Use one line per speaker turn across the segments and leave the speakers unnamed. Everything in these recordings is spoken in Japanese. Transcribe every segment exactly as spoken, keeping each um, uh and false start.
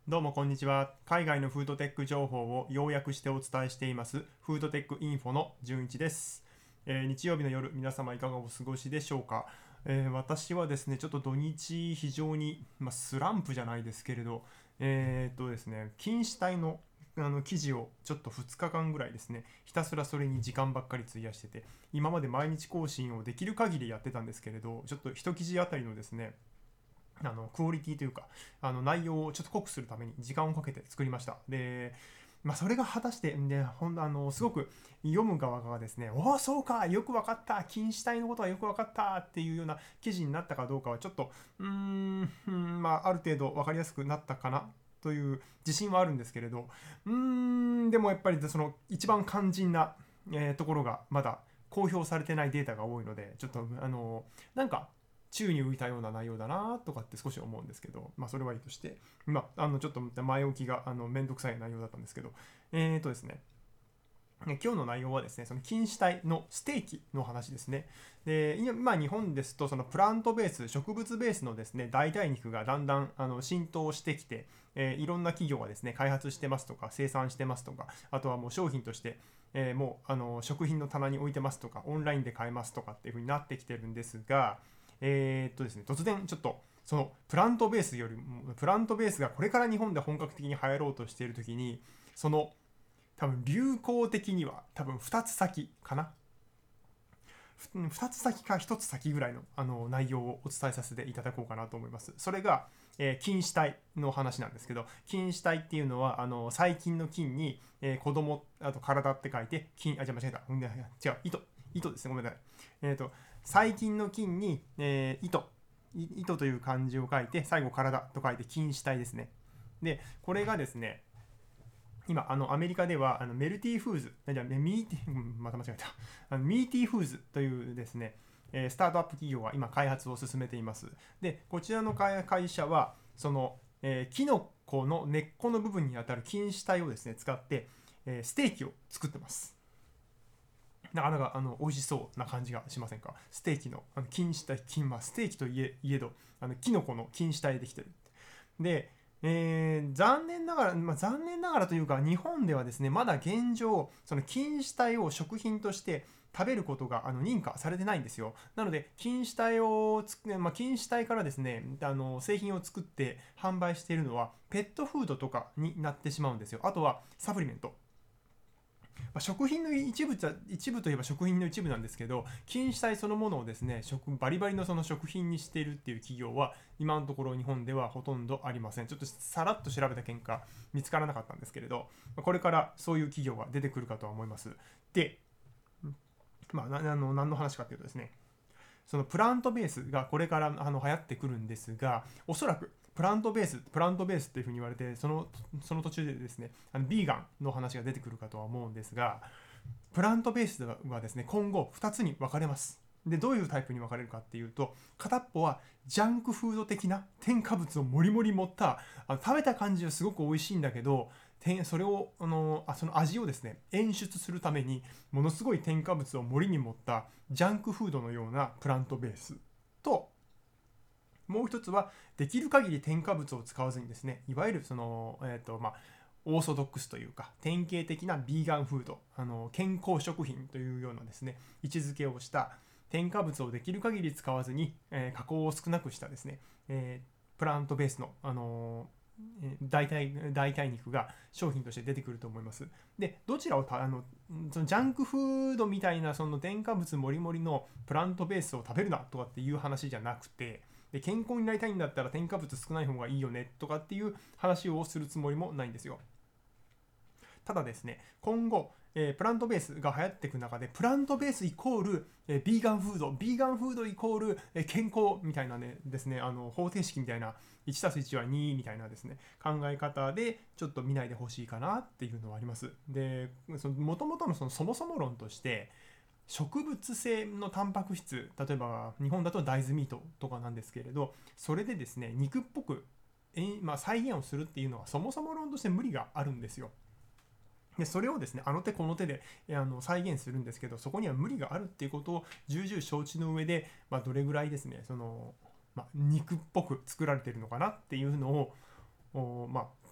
どうもこんにちは。海外のフードテック情報を要約してお伝えしていますフードテックインフォの順一です。えー日曜日の夜、皆様いかがお過ごしでしょうか。えー私はですね、ちょっと土日非常に、まあ、スランプじゃないですけれど、えーっとですね、菌糸体のあの記事をちょっとふつかかんぐらいですね、ひたすらそれに時間ばっかり費やしてて、今まで毎日更新をできる限りやってたんですけれど、ちょっと一記事あたりのですね、あのクオリティというかあの内容をちょっと濃くするために時間をかけて作りました。で、まあ、それが果たしてでほんあのすごく読む側がですね、おおそうか、よく分かった、禁止体のことはよく分かったっていうような記事になったかどうかはちょっとうーん、うんまあ、ある程度分かりやすくなったかなという自信はあるんですけれど、うーんでもやっぱりその一番肝心な、えーところがまだ公表されてないデータが多いので、ちょっとあのなんか宙に浮いたような内容だなとかって少し思うんですけど、まあそれはいいとして、まあ、あのちょっと前置きがあのめんどくさい内容だったんですけど、えーとですね、今日の内容はですね、その菌糸体のステーキの話ですね。で、今日本ですとそのプラントベース、植物ベースのですね、代替肉がだんだんあの浸透してきて、えーいろんな企業がですね、開発してますとか、生産してますとか、あとはもう商品として、えーもうあの食品の棚に置いてますとか、オンラインで買えますとかっていう風になってきてるんですが、えーっとですね、突然ちょっとそのプラントベースよりも、プラントベースがこれから日本で本格的に流行ろうとしている時に、その多分流行的には多分ふたつ先かな、ふたつ先かひとつ先ぐらいのあの内容をお伝えさせていただこうかなと思います。それが、えー、菌糸体の話なんですけど、菌糸体っていうのはあの細菌の菌に、えー、子供、あと体って書いて菌、あ、じゃあ間違えた、うん違う、糸、糸ですね、ごめんなさい。えっ、と細菌の菌に、えー、糸糸という漢字を書いて、最後体と書いて菌糸体ですね。でこれがですね、今あのアメリカではあのメルティーフーズ、じゃミーティまた間違えたあのミーティーフーズというですね、えースタートアップ企業が今開発を進めています。でこちらの会社はその、えーキノコの根っこの部分にあたる菌糸体をですね使って、えーステーキを作ってます。なかなかあの美味しそうな感じがしませんか。ステーキのあの菌糸体、菌はステーキといえいえどあのキノコの菌糸体でできてる。で、えー残念ながら、まあ、残念ながらというか、日本ではですね、まだ現状、その菌糸体を食品として食べることがあの認可されてないんですよ。なので、菌糸体をつく、まあ、菌糸体からですね、あの製品を作って販売しているのは、ペットフードとかになってしまうんですよ。あとはサプリメント。まあ、食品の一部じゃ一部といえば食品の一部なんですけど、菌糸体そのものをですね、食バリバリのその食品にしているっていう企業は今のところ日本ではほとんどありません。ちょっとさらっと調べた結果見つからなかったんですけれど、これからそういう企業が出てくるかとは思います。で、まあ、なあの何の話かというとですね、そのプラントベースがこれからあの流行ってくるんですが、おそらくプラントベース、プラントベースっていうふうに言われて、そのその途中でですね、あのビーガンの話が出てくるかとは思うんですが、プラントベースはですね、今後ふたつに分かれます。で、どういうタイプに分かれるかっていうと、片っぽはジャンクフード的な添加物をもりもり持った、あの食べた感じはすごく美味しいんだけど、それをあのあその味をですね演出するためにものすごい添加物を盛りに持ったジャンクフードのようなプラントベースと、もう一つはできる限り添加物を使わずにですね、いわゆるその、えーとまあ、オーソドックスというか典型的なビーガンフード、あの健康食品というようなですね位置づけをした添加物をできる限り使わずに、えー加工を少なくしたですね、えープラントベースの、あのー代替代替肉が商品として出てくると思います。でどちらをたあのそのジャンクフードみたいなその添加物もりもりのプラントベースを食べるなとかっていう話じゃなくて、で健康になりたいんだったら添加物少ない方がいいよねとかっていう話をするつもりもないんですよ。ただですね、今後、えープラントベースが流行っていく中で、プラントベースイコール、えービーガンフード、ビーガンフードイコール、えー健康みたいなね、ですね、あの方程式みたいな いちたすいち はにみたいなですね、考え方でちょっと見ないでほしいかなっていうのはあります。で、もともとのそのそもそも論として、植物性のタンパク質、例えば日本だと大豆ミートとかなんですけれど、それでですね、肉っぽく、えーまあ、再現をするっていうのはそもそも論として無理があるんですよ。でそれをですねあの手この手であの再現するんですけど、そこには無理があるっていうことを重々承知の上で、まあ、どれぐらいですねその、まあ、肉っぽく作られているのかなっていうのをまあ、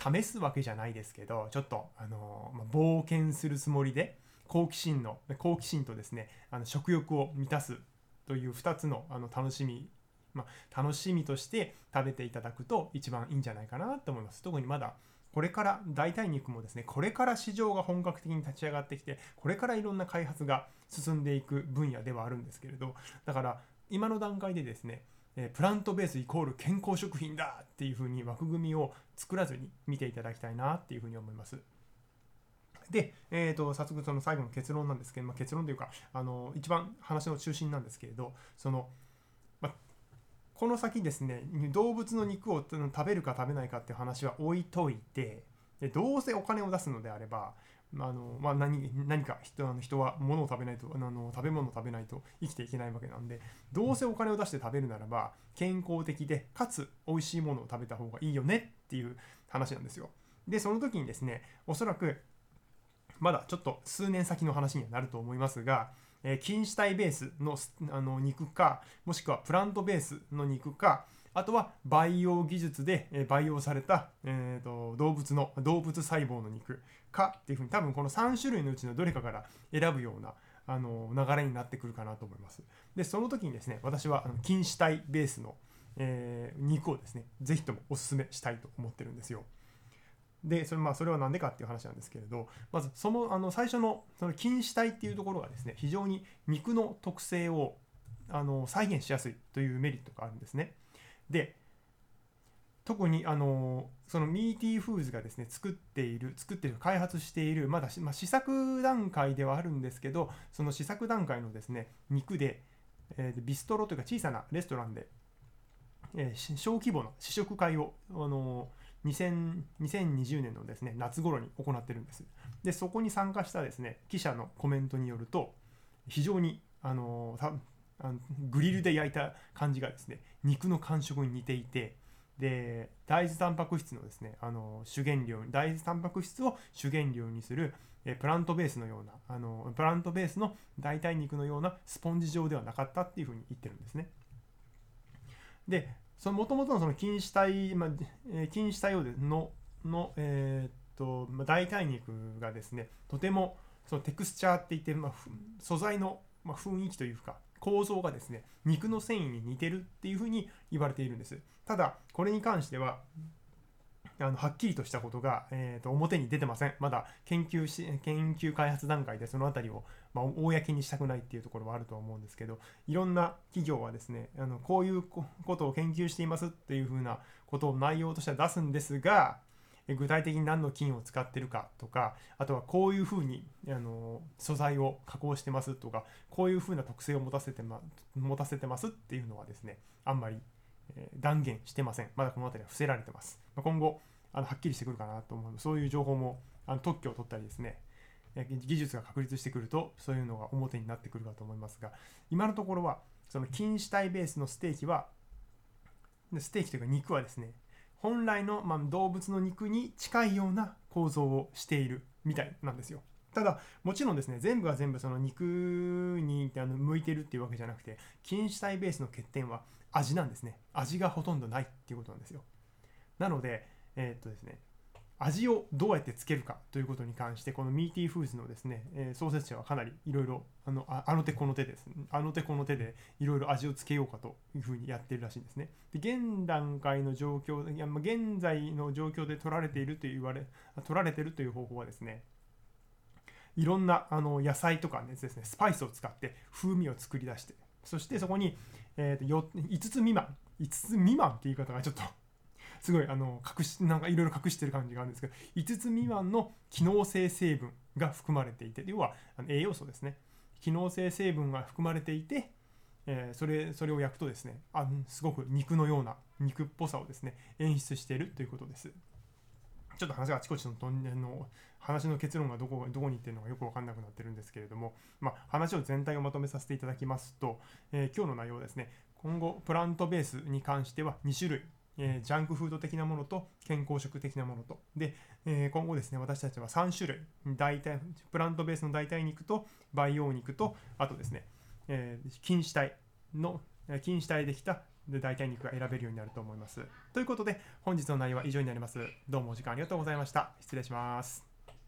試すわけじゃないですけど、ちょっと、あのまあ、冒険するつもりで好奇心の好奇心とですね、あの食欲を満たすというふたつの、あの楽しみ、まあ、楽しみとして食べていただくと一番いいんじゃないかなと思います。特にまだこれから代替肉もですね、これから市場が本格的に立ち上がってきて、これからいろんな開発が進んでいく分野ではあるんですけれど、だから今の段階でですね、プラントベースイコール健康食品だっていう風に枠組みを作らずに見ていただきたいなっていう風に思います。で、えー、と早速その最後の結論なんですけど、まあ、結論というかあの一番話の中心なんですけれど、その、まあ、この先ですね、動物の肉を食べるか食べないかっていう話は置いといて、でどうせお金を出すのであれば、あのまあ、何, 何か 人, あの人は物を食べないとあの食べ物を食べないと生きていけないわけなんで、どうせお金を出して食べるならば健康的でかつ美味しいものを食べた方がいいよねっていう話なんですよ。でその時にですね、おそらくまだちょっと数年先の話にはなると思いますが、えー、菌糸体ベース の, あの肉か、もしくはプラントベースの肉か、あとは培養技術で培養された、えー、と動物の動物細胞の肉かっていうふうに、多分このさん種類のうちのどれかから選ぶようなあの流れになってくるかなと思います。でその時にですね、私はあの菌糸体ベースの、えー、肉をですね、ぜひともお勧めしたいと思ってるんですよ。でそれ, まあそれは何でかっていう話なんですけれど、まずそのあの最初のその菌糸体っていうところがですね、非常に肉の特性をあの再現しやすいというメリットがあるんですね。で特にあのそのミーティーフーズがですね作っている作っている開発しているまだ、まあ、試作段階ではあるんですけど、その試作段階のですね肉で、えー、ビストロというか小さなレストランで、えー、小規模な試食会をあのにせんにじゅうねんのですね夏頃に行ってるんです。でそこに参加したですね記者のコメントによると、非常にあのたあのグリルで焼いた感じがですね肉の感触に似ていて、で大豆タンパク質のですねあの主原料大豆タンパク質を主原料にするえプラントベースのようなあのプラントベースの代替肉のようなスポンジ状ではなかったっていうふうに言ってるんですね。でその元々のその菌糸体、まあ、菌糸体のの、えー、っと代替肉がですね、とてもそのテクスチャーって言って、まあ、素材の、まあ、雰囲気というか構造がですね肉の繊維に似てるっていうふうに言われているんです。ただこれに関してはあのはっきりとしたことが、えー、と表に出てません。まだ研究し研究開発段階でそのあたりを、まあ、公にしたくないっていうところはあると思うんですけど、いろんな企業はですねあのこういうことを研究していますっていうふうなことを内容としては出すんですが、具体的に何の菌を使ってるかとか、あとはこういうふうにあの素材を加工してますとか、こういうふうな特性を持たせて、ま、持たせてますっていうのはですねあんまり断言してません。まだこの辺りは伏せられてます。今後あのはっきりしてくるかなと思う。そういう情報もあの特許を取ったりですね、技術が確立してくるとそういうのが表になってくるかと思いますが、今のところはその菌糸体ベースのステーキはステーキというか肉はですね、本来の、まあ、動物の肉に近いような構造をしているみたいなんですよ。ただもちろんですね、全部が全部その肉にあの向いてるっていうわけじゃなくて、菌糸体ベースの欠点は味なんですね。味がほとんどないっていうことなんですよ。なので、えー、っとですね、味をどうやってつけるかということに関して、このミーティーフーズのですね、えー、創設者はかなりいろいろあのあの手この手です、ね、あの手この手でいろいろ味をつけようかというふうにやっているらしいんですね。で現段階の状況、いや現在の状況で取られていると言われ取られているという方法はですね、いろんなあの野菜とかですね、スパイスを使って風味を作り出して、そしてそこに、えー、といつつ未満いつつ未満って言い方がちょっとすごいあの隠しなんかいろいろ隠してる感じがあるんですけど、いつつ未満の機能性成分が含まれていて、要は栄養素ですね、機能性成分が含まれていて、えー、それそれを焼くとですね、あすごく肉のような肉っぽさをですね演出しているということです。ちょっと話があちこちのトンネルの話の結論がどこどこに行っているのかよく分かんなくなってるんですけれども、まあ、話を全体をまとめさせていただきますと、えー、今日の内容ですね、今後プラントベースに関してはに種類、えー、ジャンクフード的なものと健康食的なものとで、えー、今後ですね私たちはさん種類、代替プラントベースの代替肉と培養肉と、あとですね、えー、菌糸体の菌糸体できたで代替肉が選べるようになると思います。ということで本日の内容は以上になります。どうもお時間ありがとうございました。失礼します。